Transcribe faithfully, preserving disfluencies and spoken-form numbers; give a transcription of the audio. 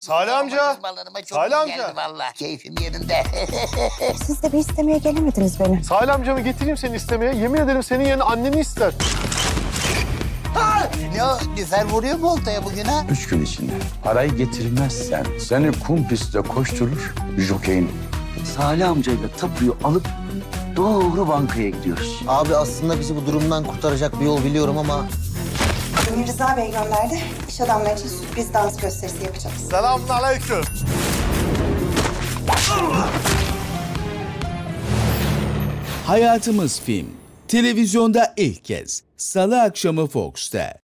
Salih amca. Atışmalarıma çok Salih iyi amca. geldi vallahi. Keyfim yerinde. Siz de bir istemeye gelemediniz beni. Salih amcamı getireyim seni istemeye. Yemin ederim senin yerine anneni ister. Ne o? Lüfer vuruyor mu oltaya bugün ha? Üç gün içinde parayı getirmezsen seni kum pistte koşturur, jokeyin. Salih amcayla tapuyu alıp doğru bankaya gidiyoruz. Abi aslında bizi bu durumdan kurtaracak bir yol biliyorum ama... Beni Rıza Bey gönderdi. İş adamları için sürpriz dans gösterisi yapacağız. Selamünaleyküm. Hayatımız Film. Televizyonda ilk kez Salı akşamı Fox'ta.